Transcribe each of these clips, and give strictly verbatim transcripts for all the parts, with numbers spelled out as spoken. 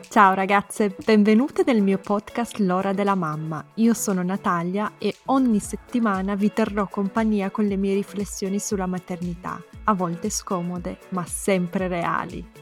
Ciao ragazze, benvenute nel mio podcast L'ora della mamma. Io sono Natalia e ogni settimana vi terrò compagnia con le mie riflessioni sulla maternità, a volte scomode, ma sempre reali.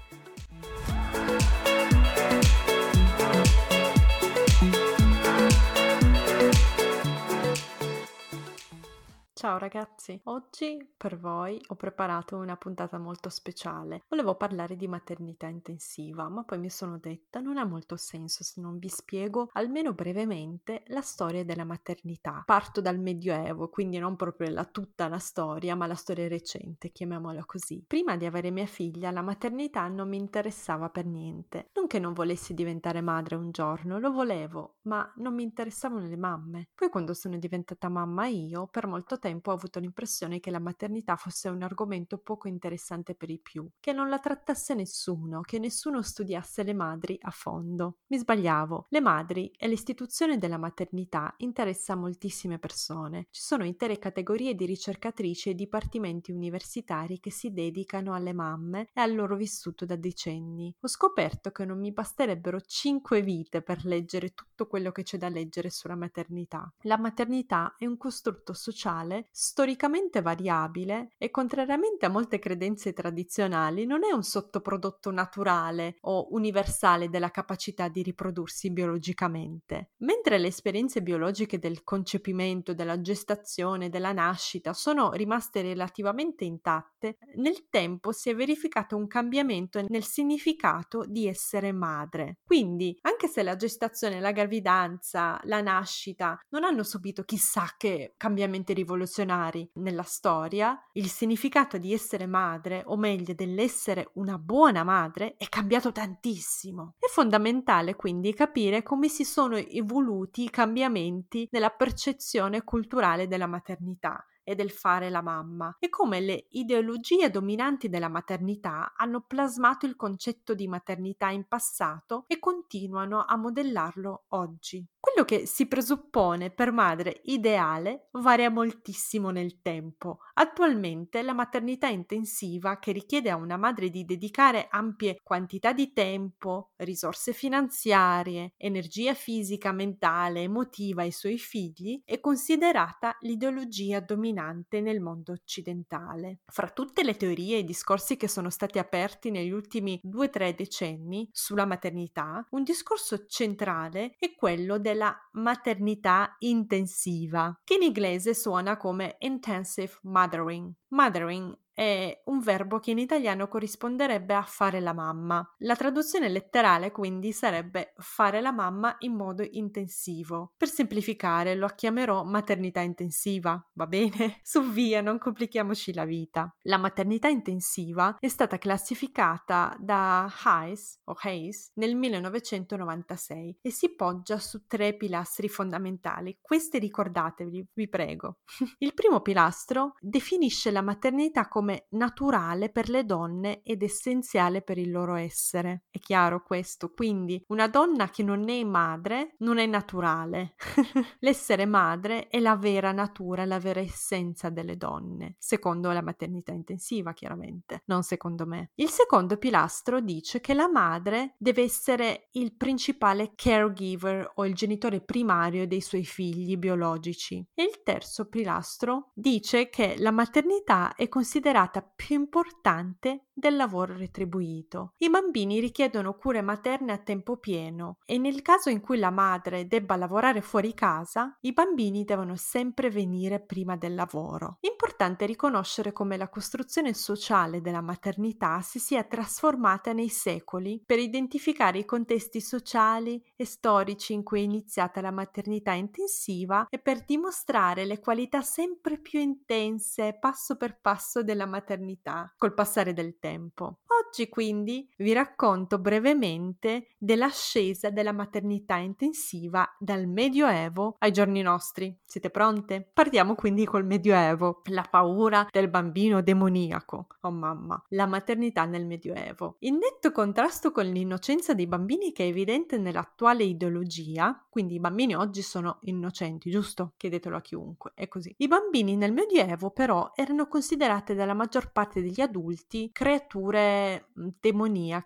Ciao ragazzi, oggi per voi ho preparato una puntata molto speciale. Volevo parlare di maternità intensiva, ma poi mi sono detta non ha molto senso se non vi spiego almeno brevemente la storia della maternità. Parto dal Medioevo, quindi non proprio la, tutta la storia, ma la storia recente, chiamiamola così. Prima di avere mia figlia, la maternità non mi interessava per niente. Non che non volessi diventare madre un giorno, lo volevo, ma non mi interessavano le mamme. Poi quando sono diventata mamma io, per molto tempo ho avuto l'impressione che la maternità fosse un argomento poco interessante per i più, che non la trattasse nessuno, che nessuno studiasse le madri a fondo. Mi sbagliavo. Le madri e l'istituzione della maternità interessa moltissime persone. Ci sono intere categorie di ricercatrici e dipartimenti universitari che si dedicano alle mamme e al loro vissuto da decenni. Ho scoperto che non mi basterebbero cinque vite per leggere tutto quello che c'è da leggere sulla maternità. La maternità è un costrutto sociale storicamente variabile e, contrariamente a molte credenze tradizionali, non è un sottoprodotto naturale o universale della capacità di riprodursi biologicamente. Mentre le esperienze biologiche del concepimento, della gestazione, della nascita sono rimaste relativamente intatte, nel tempo si è verificato un cambiamento nel significato di essere madre. Quindi, anche se la gestazione, la gravidanza, la nascita non hanno subito chissà che cambiamenti rivoluzionari nella storia, il significato di essere madre, o meglio dell'essere una buona madre, è cambiato tantissimo. È fondamentale quindi capire come si sono evoluti i cambiamenti nella percezione culturale della maternità e del fare la mamma, e come le ideologie dominanti della maternità hanno plasmato il concetto di maternità in passato e continuano a modellarlo oggi. Quello che si presuppone per madre ideale varia moltissimo nel tempo. Attualmente la maternità intensiva, che richiede a una madre di dedicare ampie quantità di tempo, risorse finanziarie, energia fisica, mentale, emotiva ai suoi figli, è considerata l'ideologia dominante nel mondo occidentale. Fra tutte le teorie e i discorsi che sono stati aperti negli ultimi due tre decenni sulla maternità, un discorso centrale è quello della maternità intensiva, che in inglese suona come intensive mothering. Mothering è un verbo che in italiano corrisponderebbe a fare la mamma. La traduzione letterale quindi sarebbe fare la mamma in modo intensivo. Per semplificare lo chiamerò maternità intensiva, va bene? Su via, non complichiamoci la vita. La maternità intensiva è stata classificata da Hayes o Hayes nel millenovecentonovantasei e si poggia su tre pilastri fondamentali. Questi ricordatevi, vi prego. Il primo pilastro definisce la maternità come naturale per le donne ed essenziale per il loro essere. È chiaro questo? Quindi una donna che non è madre non è naturale. L'essere madre è la vera natura, la vera essenza delle donne, secondo la maternità intensiva, chiaramente, non secondo me. Il secondo pilastro dice che la madre deve essere il principale caregiver o il genitore primario dei suoi figli biologici. E il terzo pilastro dice che la maternità è considerata più importante del lavoro retribuito. I bambini richiedono cure materne a tempo pieno e nel caso in cui la madre debba lavorare fuori casa, i bambini devono sempre venire prima del lavoro. Importante riconoscere come la costruzione sociale della maternità si sia trasformata nei secoli per identificare i contesti sociali e storici in cui è iniziata la maternità intensiva e per dimostrare le qualità sempre più intense passo per passo della maternità col passare del tempo. Oggi quindi vi racconto brevemente dell'ascesa della maternità intensiva dal Medioevo ai giorni nostri. Siete pronte? Partiamo quindi col Medioevo, la paura del bambino demoniaco. Oh mamma, la maternità nel Medioevo. In netto contrasto con l'innocenza dei bambini che è evidente nell'attuale ideologia, quindi i bambini oggi sono innocenti, giusto? Chiedetelo a chiunque, è così. I bambini nel Medioevo però erano considerate dalla maggior parte degli adulti creature demoniache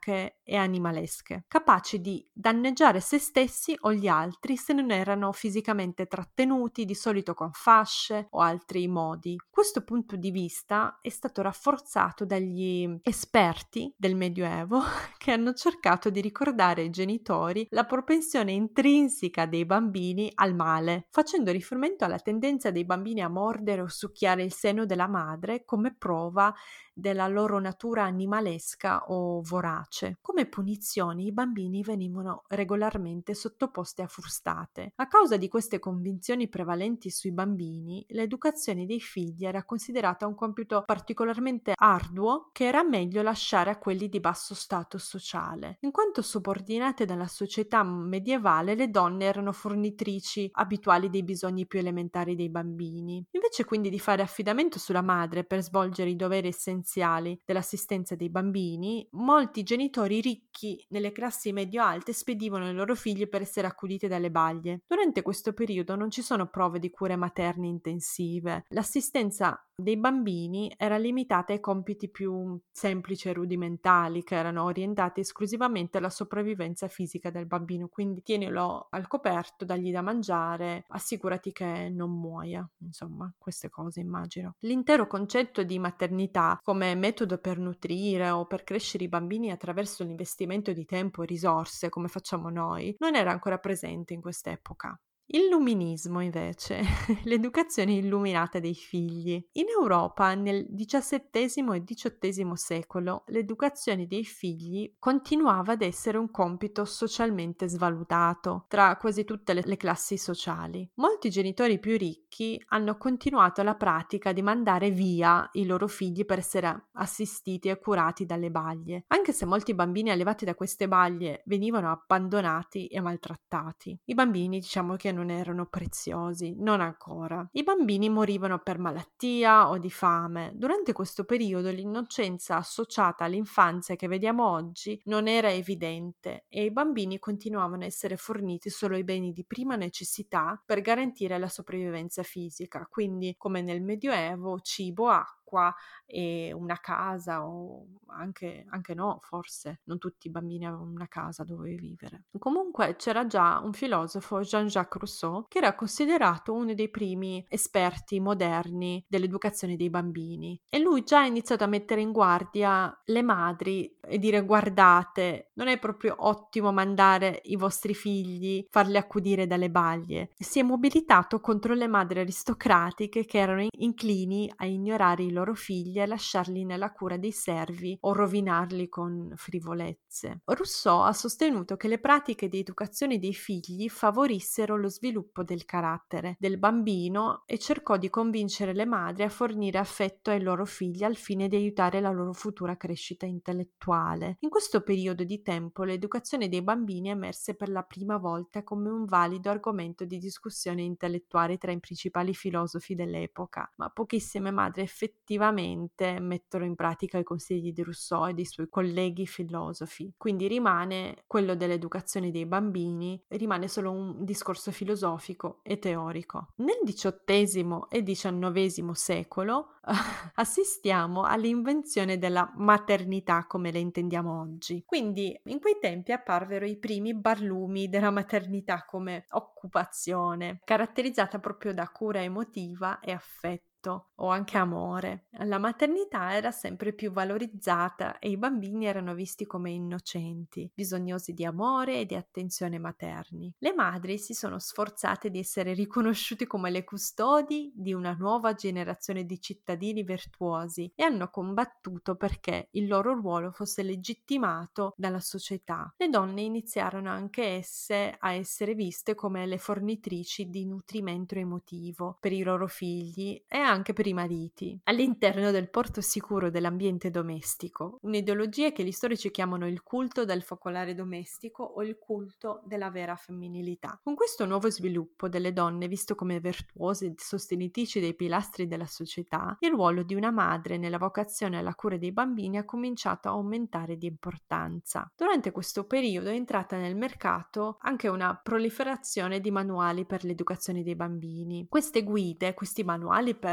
e animalesche, capaci di danneggiare se stessi o gli altri se non erano fisicamente trattenuti, di solito con fasce o altri modi. Questo punto di vista è stato rafforzato dagli esperti del Medioevo che hanno cercato di ricordare ai genitori la propensione intrinseca dei bambini al male, facendo riferimento alla tendenza dei bambini a mordere o succhiare il seno della madre come prova della loro natura animalesca o vorace. Come punizioni i bambini venivano regolarmente sottoposti a frustate. A causa di queste convinzioni prevalenti sui bambini, l'educazione dei figli era considerata un compito particolarmente arduo che era meglio lasciare a quelli di basso status sociale. In quanto subordinate dalla società medievale, le donne erano fornitrici abituali dei bisogni più elementari dei bambini. Invece quindi di fare affidamento sulla madre per svolgere i doveri essenziali dell'assistenza dei bambini, molti genitori ricchi nelle classi medio-alte spedivano i loro figli per essere accuditi dalle baglie. Durante questo periodo non ci sono prove di cure materne intensive. L'assistenza dei bambini era limitata ai compiti più semplici e rudimentali, che erano orientati esclusivamente alla sopravvivenza fisica del bambino, quindi tienilo al coperto, dagli da mangiare, assicurati che non muoia, insomma, queste cose immagino. L'intero concetto di maternità come metodo per nutrire o per crescere i bambini attraverso l'investimento di tempo e risorse, come facciamo noi, non era ancora presente in quest'epoca. Illuminismo invece, l'educazione illuminata dei figli. In Europa nel diciassettesimo e diciottesimo secolo l'educazione dei figli continuava ad essere un compito socialmente svalutato tra quasi tutte le, le classi sociali. Molti genitori più ricchi hanno continuato la pratica di mandare via i loro figli per essere assistiti e curati dalle baglie, anche se molti bambini allevati da queste baglie venivano abbandonati e maltrattati. I bambini diciamo che non erano preziosi, non ancora. I bambini morivano per malattia o di fame. Durante questo periodo l'innocenza associata all'infanzia che vediamo oggi non era evidente e i bambini continuavano a essere forniti solo i beni di prima necessità per garantire la sopravvivenza fisica, quindi come nel Medioevo cibo, acqua e una casa o anche, anche no, forse non tutti i bambini avevano una casa dove vivere. Comunque c'era già un filosofo, Jean-Jacques Rousseau, che era considerato uno dei primi esperti moderni dell'educazione dei bambini e lui già ha iniziato a mettere in guardia le madri e dire: guardate, non è proprio ottimo mandare i vostri figli, farli accudire dalle baglie. Si è mobilitato contro le madri aristocratiche che erano inclini a ignorare i loro figli e a lasciarli nella cura dei servi o rovinarli con frivolezze. Rousseau ha sostenuto che le pratiche di educazione dei figli favorissero lo sviluppo del carattere del bambino e cercò di convincere le madri a fornire affetto ai loro figli al fine di aiutare la loro futura crescita intellettuale. In questo periodo di tempo l'educazione dei bambini emerse per la prima volta come un valido argomento di discussione intellettuale tra i principali filosofi dell'epoca, ma pochissime madri effettivamente mettono in pratica i consigli di Rousseau e dei suoi colleghi filosofi. Quindi rimane quello dell'educazione dei bambini, rimane solo un discorso filosofico e teorico. Nel diciottesimo e diciannovesimo secolo assistiamo all'invenzione della maternità come le intendiamo oggi. Quindi in quei tempi apparvero i primi barlumi della maternità come occupazione, caratterizzata proprio da cura emotiva e affetto o anche amore. La maternità era sempre più valorizzata e i bambini erano visti come innocenti, bisognosi di amore e di attenzione materni. Le madri si sono sforzate di essere riconosciute come le custodi di una nuova generazione di cittadini virtuosi e hanno combattuto perché il loro ruolo fosse legittimato dalla società. Le donne iniziarono anche esse a essere viste come le fornitrici di nutrimento emotivo per i loro figli e anche per i mariti, all'interno del porto sicuro dell'ambiente domestico, un'ideologia che gli storici chiamano il culto del focolare domestico o il culto della vera femminilità. Con questo nuovo sviluppo delle donne visto come virtuose e sostenitrici dei pilastri della società, il ruolo di una madre nella vocazione alla cura dei bambini ha cominciato a aumentare di importanza. Durante questo periodo è entrata nel mercato anche una proliferazione di manuali per l'educazione dei bambini. Queste guide, questi manuali per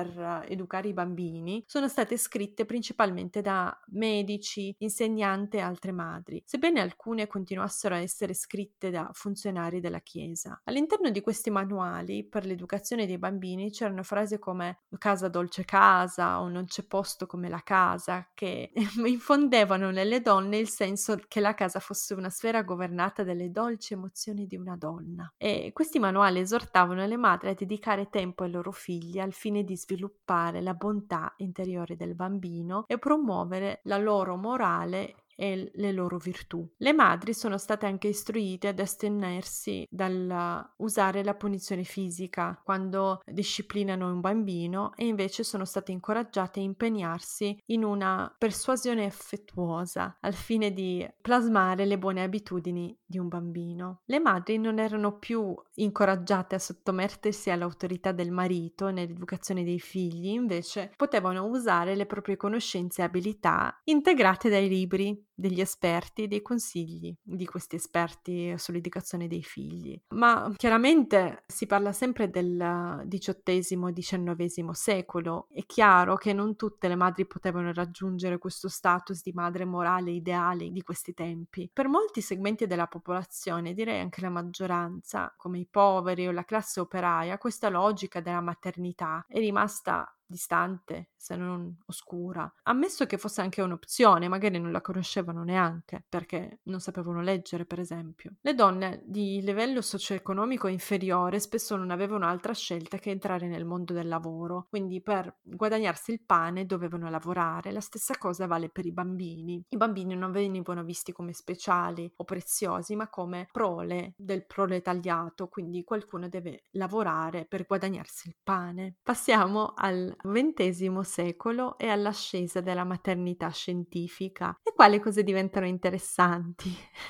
per eh, educare i bambini sono state scritte principalmente da medici, insegnanti e altre madri, sebbene alcune continuassero a essere scritte da funzionari della Chiesa. All'interno di questi manuali per l'educazione dei bambini c'erano frasi come casa dolce casa o non c'è posto come la casa, che infondevano nelle donne il senso che la casa fosse una sfera governata dalle dolci emozioni di una donna. E questi manuali esortavano le madri a dedicare tempo ai loro figli al fine di sviluppare la bontà interiore del bambino e promuovere la loro morale e le loro virtù. Le madri sono state anche istruite ad astenersi dal usare la punizione fisica quando disciplinano un bambino e invece sono state incoraggiate a impegnarsi in una persuasione affettuosa al fine di plasmare le buone abitudini di un bambino. Le madri non erano più incoraggiate a sottomettersi all'autorità del marito nell'educazione dei figli, invece potevano usare le proprie conoscenze e abilità integrate dai libri degli esperti e dei consigli di questi esperti sull'educazione dei figli. Ma chiaramente si parla sempre del diciottesimo e diciannovesimo secolo. È chiaro che non tutte le madri potevano raggiungere questo status di madre morale ideale di questi tempi. Per molti segmenti della popolazione, direi anche la maggioranza, come i poveri o la classe operaia, questa logica della maternità è rimasta distante, se non oscura. Ammesso che fosse anche un'opzione, magari non la conoscevano neanche, perché non sapevano leggere, per esempio. Le donne di livello socio-economico inferiore spesso non avevano altra scelta che entrare nel mondo del lavoro, quindi per guadagnarsi il pane dovevano lavorare. La stessa cosa vale per i bambini. I bambini non venivano visti come speciali o preziosi, ma come prole del proletariato, quindi qualcuno deve lavorare per guadagnarsi il pane. Passiamo al ventesimo secolo e all'ascesa della maternità scientifica. E qua le cose diventano interessanti.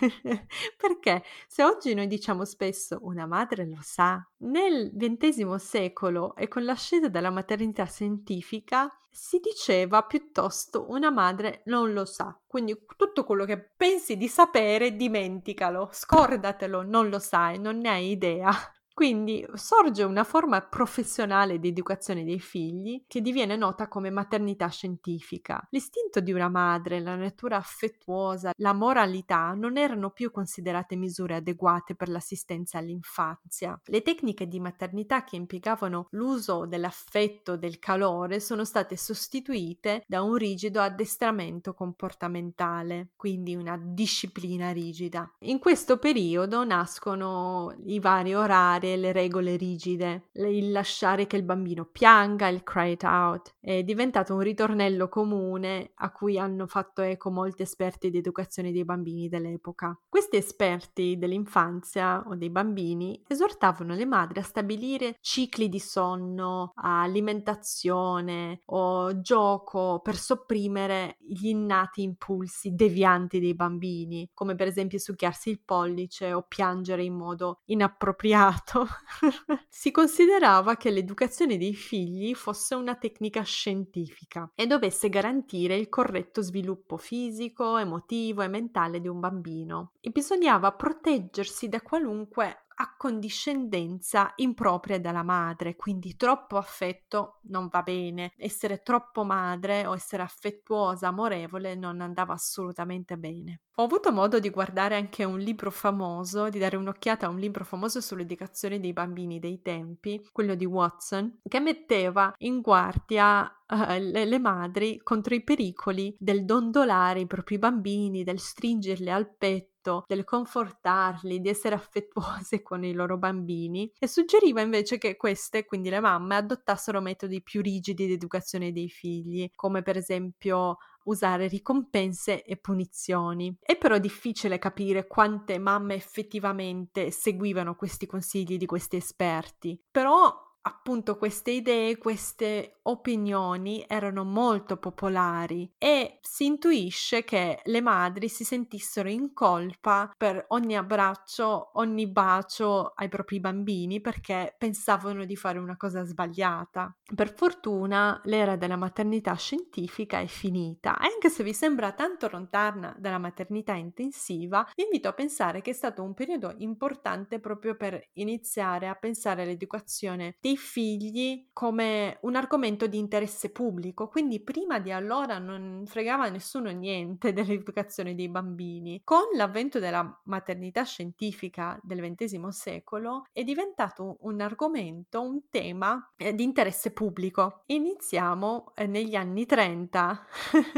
Perché se oggi noi diciamo spesso una madre lo sa, nel ventesimo secolo e con l'ascesa della maternità scientifica si diceva piuttosto una madre non lo sa. Quindi tutto quello che pensi di sapere dimenticalo, scordatelo, non lo sai, non ne hai idea. Quindi sorge una forma professionale di educazione dei figli che diviene nota come maternità scientifica. L'istinto di una madre, la natura affettuosa, la moralità non erano più considerate misure adeguate per l'assistenza all'infanzia. Le tecniche di maternità che impiegavano l'uso dell'affetto, del calore, sono state sostituite da un rigido addestramento comportamentale, quindi una disciplina rigida. In questo periodo nascono i vari orari, le regole rigide, il lasciare che il bambino pianga, il cry it out, è diventato un ritornello comune a cui hanno fatto eco molti esperti di educazione dei bambini dell'epoca. Questi esperti dell'infanzia o dei bambini esortavano le madri a stabilire cicli di sonno, alimentazione o gioco per sopprimere gli innati impulsi devianti dei bambini, come per esempio succhiarsi il pollice o piangere in modo inappropriato. Si considerava che l'educazione dei figli fosse una tecnica scientifica e dovesse garantire il corretto sviluppo fisico, emotivo e mentale di un bambino. E bisognava proteggersi da qualunque accondiscendenza impropria dalla madre, quindi troppo affetto non va bene, essere troppo madre o essere affettuosa, amorevole non andava assolutamente bene. Ho avuto modo di guardare anche un libro famoso, di dare un'occhiata a un libro famoso sull'educazione dei bambini dei tempi, quello di Watson, che metteva in guardia Uh, le, le madri contro i pericoli del dondolare i propri bambini, del stringerli al petto, del confortarli, di essere affettuose con i loro bambini, e suggeriva invece che queste, quindi le mamme, adottassero metodi più rigidi di educazione dei figli, come per esempio usare ricompense e punizioni. È però difficile capire quante mamme effettivamente seguivano questi consigli di questi esperti, però appunto queste idee, queste opinioni erano molto popolari e si intuisce che le madri si sentissero in colpa per ogni abbraccio, ogni bacio ai propri bambini perché pensavano di fare una cosa sbagliata. Per fortuna l'era della maternità scientifica è finita e anche se vi sembra tanto lontana dalla maternità intensiva, vi invito a pensare che è stato un periodo importante proprio per iniziare a pensare all'educazione dei i figli come un argomento di interesse pubblico, quindi prima di allora non fregava a nessuno niente dell'educazione dei bambini. Con l'avvento della maternità scientifica del ventesimo secolo è diventato un argomento, un tema eh, di interesse pubblico. Iniziamo eh, negli anni trenta,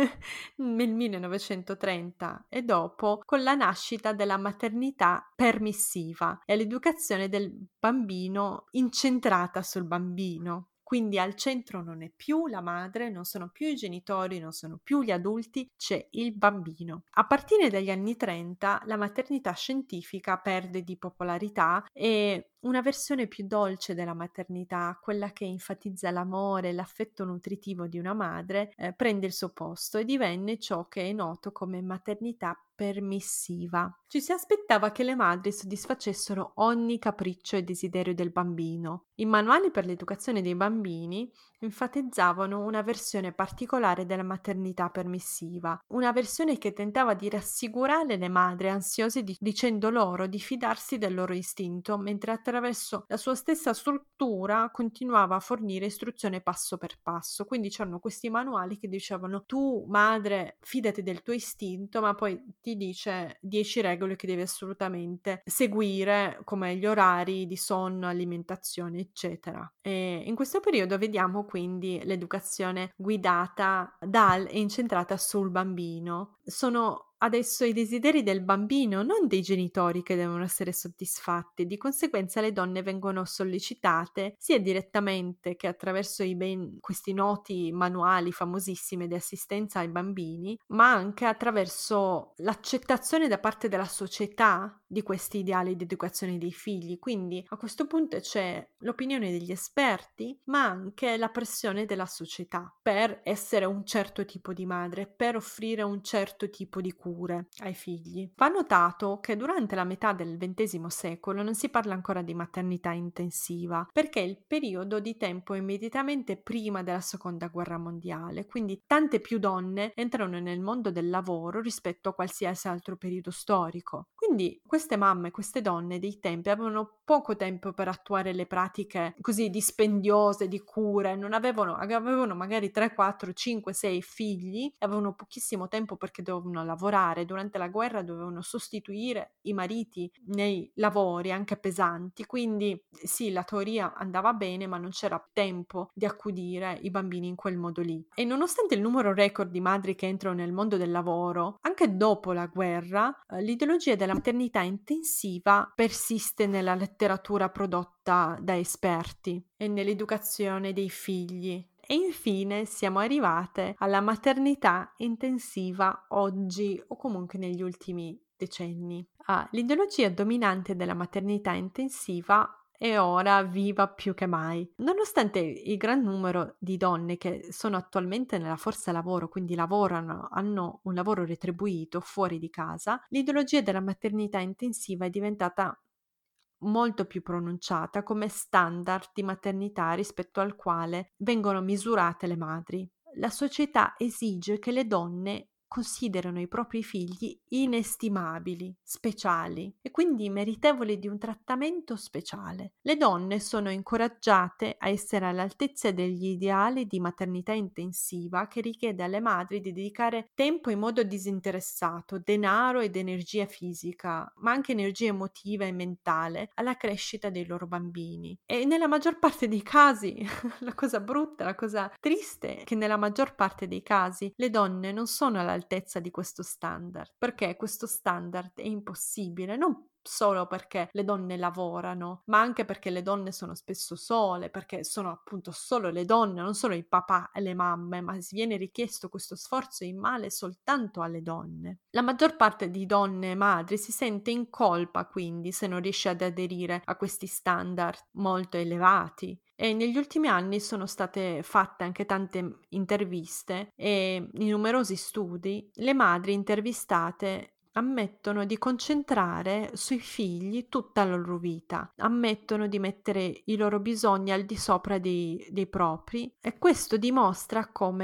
nel millenovecentotrenta e dopo, con la nascita della maternità permissiva e l'educazione del bambino incentrata sul bambino. Quindi al centro non è più la madre, non sono più i genitori, non sono più gli adulti, c'è il bambino. A partire dagli anni trenta la maternità scientifica perde di popolarità e una versione più dolce della maternità, quella che enfatizza l'amore e l'affetto nutritivo di una madre, eh, prende il suo posto e divenne ciò che è noto come maternità permissiva. Ci si aspettava che le madri soddisfacessero ogni capriccio e desiderio del bambino. I manuali per l'educazione dei bambini enfatizzavano una versione particolare della maternità permissiva, una versione che tentava di rassicurare le madri ansiose di- dicendo loro di fidarsi del loro istinto, mentre attraverso la sua stessa struttura continuava a fornire istruzione passo per passo. Quindi c'erano questi manuali che dicevano: tu madre fidati del tuo istinto, ma poi ti dice dieci regole che devi assolutamente seguire, come gli orari di sonno, alimentazione, eccetera. E in questo periodo vediamo quindi l'educazione guidata dal e incentrata sul bambino. Sono adesso i desideri del bambino, non dei genitori, che devono essere soddisfatti. Di conseguenza le donne vengono sollecitate sia direttamente che attraverso i ben, questi noti manuali famosissimi di assistenza ai bambini, ma anche attraverso l'accettazione da parte della società di questi ideali di educazione dei figli. Quindi a questo punto c'è l'opinione degli esperti, ma anche la pressione della società per essere un certo tipo di madre, per offrire un certo tipo di cure ai figli. Va notato che durante la metà del ventesimo secolo non si parla ancora di maternità intensiva, perché è il periodo di tempo immediatamente prima della seconda guerra mondiale, quindi tante più donne entrano nel mondo del lavoro rispetto a qualsiasi altro periodo storico. Quindi queste mamme, queste donne dei tempi avevano poco tempo per attuare le pratiche così dispendiose di cure, non avevano, avevano magari tre, quattro, cinque, sei figli, avevano pochissimo tempo perché dovevano lavorare. Durante la guerra dovevano sostituire i mariti nei lavori anche pesanti, quindi sì, la teoria andava bene, ma non c'era tempo di accudire i bambini in quel modo lì. E nonostante il numero record di madri che entrano nel mondo del lavoro, anche dopo la guerra, eh, l'ideologia della maternità intensiva persiste nella letteratura prodotta da esperti e nell'educazione dei figli. E infine siamo arrivate alla maternità intensiva oggi o comunque negli ultimi decenni. Ah, l'ideologia dominante della maternità intensiva è ora viva più che mai. Nonostante il gran numero di donne che sono attualmente nella forza lavoro, quindi lavorano, hanno un lavoro retribuito fuori di casa, l'ideologia della maternità intensiva è diventata molto più pronunciata come standard di maternità rispetto al quale vengono misurate le madri. La società esige che le donne considerano i propri figli inestimabili, speciali e quindi meritevoli di un trattamento speciale. Le donne sono incoraggiate a essere all'altezza degli ideali di maternità intensiva che richiede alle madri di dedicare tempo in modo disinteressato, denaro ed energia fisica, ma anche energia emotiva e mentale alla crescita dei loro bambini. E nella maggior parte dei casi, la cosa brutta, la cosa triste è che nella maggior parte dei casi le donne non sono all'altezza di questo standard, perché questo standard è impossibile, non solo perché le donne lavorano, ma anche perché le donne sono spesso sole, perché sono appunto solo le donne, non solo i papà e le mamme, ma si viene richiesto questo sforzo immane soltanto alle donne. La maggior parte di donne e madri si sente in colpa quindi se non riesce ad aderire a questi standard molto elevati. E negli ultimi anni sono state fatte anche tante interviste e in numerosi studi le madri intervistate ammettono di concentrare sui figli tutta la loro vita, ammettono di mettere i loro bisogni al di sopra dei, dei propri, e questo dimostra come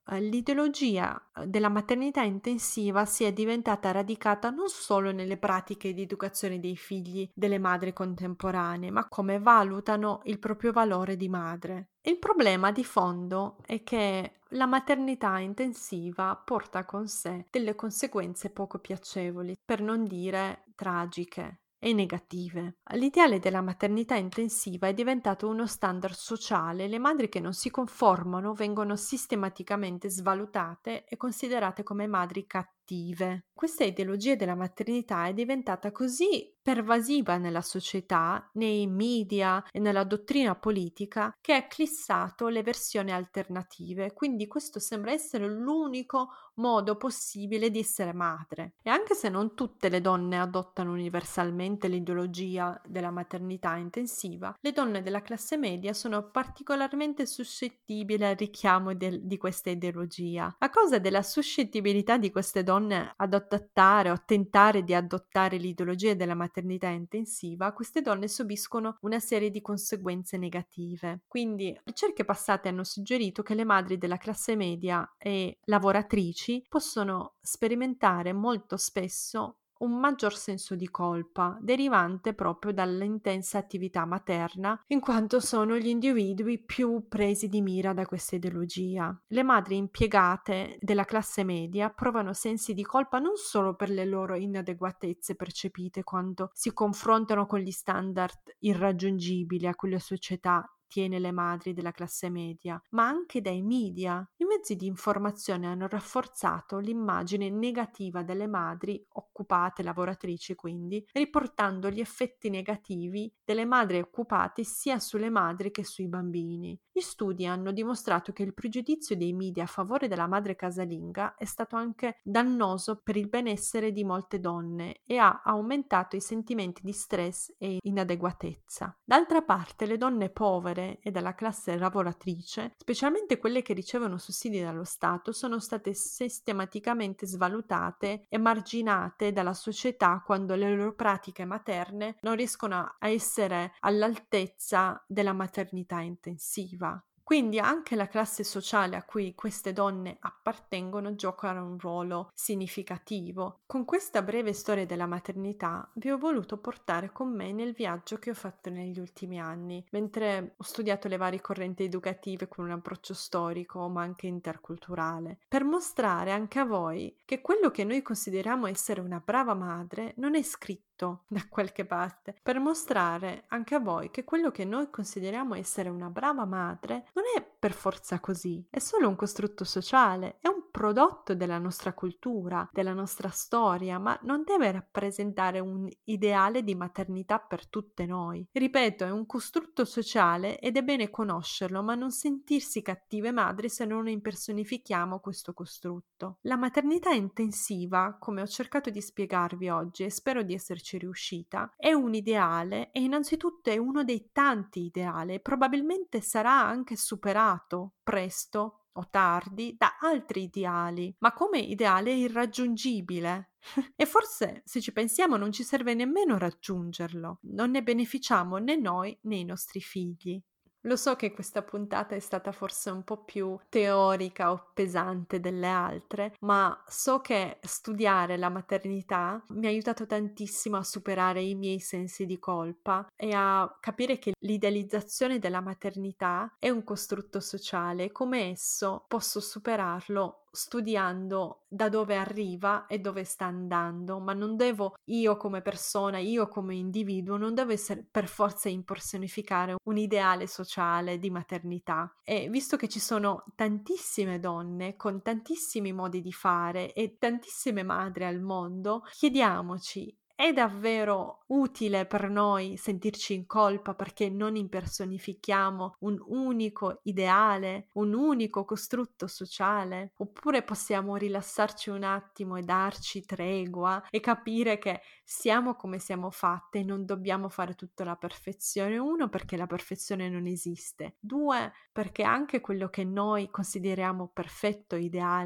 eh, l'ideologia eh, della maternità intensiva sia diventata radicata non solo nelle pratiche di educazione dei figli delle madri contemporanee, ma come valutano il proprio valore di madre. Il problema di fondo è che la maternità intensiva porta con sé delle conseguenze poco piacevoli, per non dire tragiche e negative. L'ideale della maternità intensiva è diventato uno standard sociale. Le madri che non si conformano vengono sistematicamente svalutate e considerate come madri cattive. Questa ideologia della maternità è diventata così pervasiva nella società, nei media e nella dottrina politica che ha eclissato le versioni alternative. Quindi questo sembra essere l'unico modo possibile di essere madre. E anche se non tutte le donne adottano universalmente l'ideologia della maternità intensiva, le donne della classe media sono particolarmente suscettibili al richiamo del- di questa ideologia. A causa della suscettibilità di queste donne ad adottare o tentare di adottare l'ideologia della maternità intensiva, queste donne subiscono una serie di conseguenze negative. Quindi, ricerche passate hanno suggerito che le madri della classe media e lavoratrici possono sperimentare molto spesso un maggior senso di colpa derivante proprio dall'intensa attività materna, in quanto sono gli individui più presi di mira da questa ideologia. Le madri impiegate della classe media provano sensi di colpa non solo per le loro inadeguatezze percepite quando si confrontano con gli standard irraggiungibili a cui la società tiene le madri della classe media, ma anche dai media. I mezzi di informazione hanno rafforzato l'immagine negativa delle madri occupate, lavoratrici quindi, riportando gli effetti negativi delle madri occupate sia sulle madri che sui bambini. Gli studi hanno dimostrato che il pregiudizio dei media a favore della madre casalinga è stato anche dannoso per il benessere di molte donne e ha aumentato i sentimenti di stress e inadeguatezza. D'altra parte, le donne povere e della classe lavoratrice, specialmente quelle che ricevono sussidi dallo Stato, sono state sistematicamente svalutate e marginate dalla società quando le loro pratiche materne non riescono a essere all'altezza della maternità intensiva. Quindi anche la classe sociale a cui queste donne appartengono gioca un ruolo significativo. Con questa breve storia della maternità vi ho voluto portare con me nel viaggio che ho fatto negli ultimi anni, mentre ho studiato le varie correnti educative con un approccio storico ma anche interculturale, per mostrare anche a voi che quello che noi consideriamo essere una brava madre non è scritto da qualche parte, per mostrare anche a voi che quello che noi consideriamo essere una brava madre non è per forza così, è solo un costrutto sociale, è un prodotto della nostra cultura, della nostra storia, ma non deve rappresentare un ideale di maternità per tutte noi. Ripeto, è un costrutto sociale ed è bene conoscerlo, ma non sentirsi cattive madri se non impersonifichiamo questo costrutto. La maternità intensiva, come ho cercato di spiegarvi oggi e spero di esserci riuscita, è un ideale e innanzitutto è uno dei tanti ideali e probabilmente sarà anche superato presto o tardi da altri ideali, ma come ideale irraggiungibile. E forse, se ci pensiamo, non ci serve nemmeno raggiungerlo, non ne beneficiamo né noi né i nostri figli. Lo so che questa puntata è stata forse un po' più teorica o pesante delle altre, ma so che studiare la maternità mi ha aiutato tantissimo a superare i miei sensi di colpa e a capire che l'idealizzazione della maternità è un costrutto sociale e come esso posso superarlo studiando da dove arriva e dove sta andando, ma non devo io come persona, io come individuo, non devo essere per forza impersonificare un ideale sociale di maternità. E visto che ci sono tantissime donne con tantissimi modi di fare e tantissime madri al mondo, chiediamoci: è davvero utile per noi sentirci in colpa perché non impersonifichiamo un unico ideale, un unico costrutto sociale? Oppure possiamo rilassarci un attimo e darci tregua e capire che siamo come siamo fatte e non dobbiamo fare tutto alla perfezione? Uno, perché la perfezione non esiste. Due, perché anche quello che noi consideriamo perfetto, ideale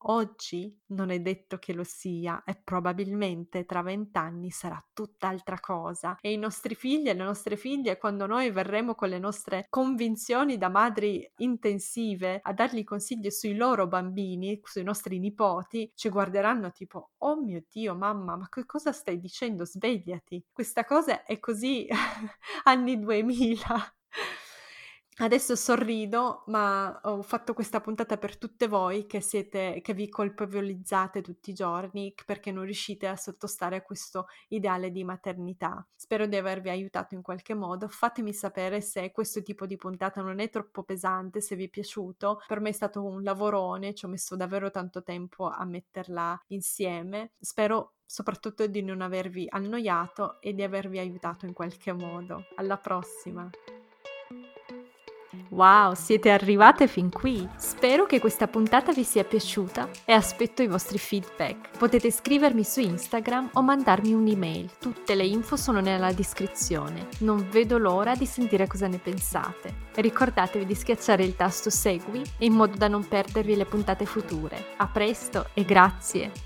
oggi non è detto che lo sia e probabilmente tra vent'anni sarà tutt'altra cosa, e i nostri figli e le nostre figlie, quando noi verremo con le nostre convinzioni da madri intensive a dargli consigli sui loro bambini, sui nostri nipoti, ci guarderanno tipo: oh mio Dio, mamma, ma che cosa stai dicendo? Svegliati, questa cosa è così anni duemila. Adesso sorrido, ma ho fatto questa puntata per tutte voi che siete che vi colpevolizzate tutti i giorni c perché non riuscite a sottostare a questo ideale di maternità. Spero di avervi aiutato in qualche modo. Fatemi sapere se questo tipo di puntata non è troppo pesante, se vi è piaciuto. Per me è stato un lavorone, ci ho messo davvero tanto tempo a metterla insieme. Spero soprattutto di non avervi annoiato e di avervi aiutato in qualche modo. Alla prossima! Wow, siete arrivate fin qui! Spero che questa puntata vi sia piaciuta e aspetto i vostri feedback. Potete scrivermi su Instagram o mandarmi un'email. Tutte le info sono nella descrizione. Non vedo l'ora di sentire cosa ne pensate. Ricordatevi di schiacciare il tasto segui in modo da non perdervi le puntate future. A presto e grazie!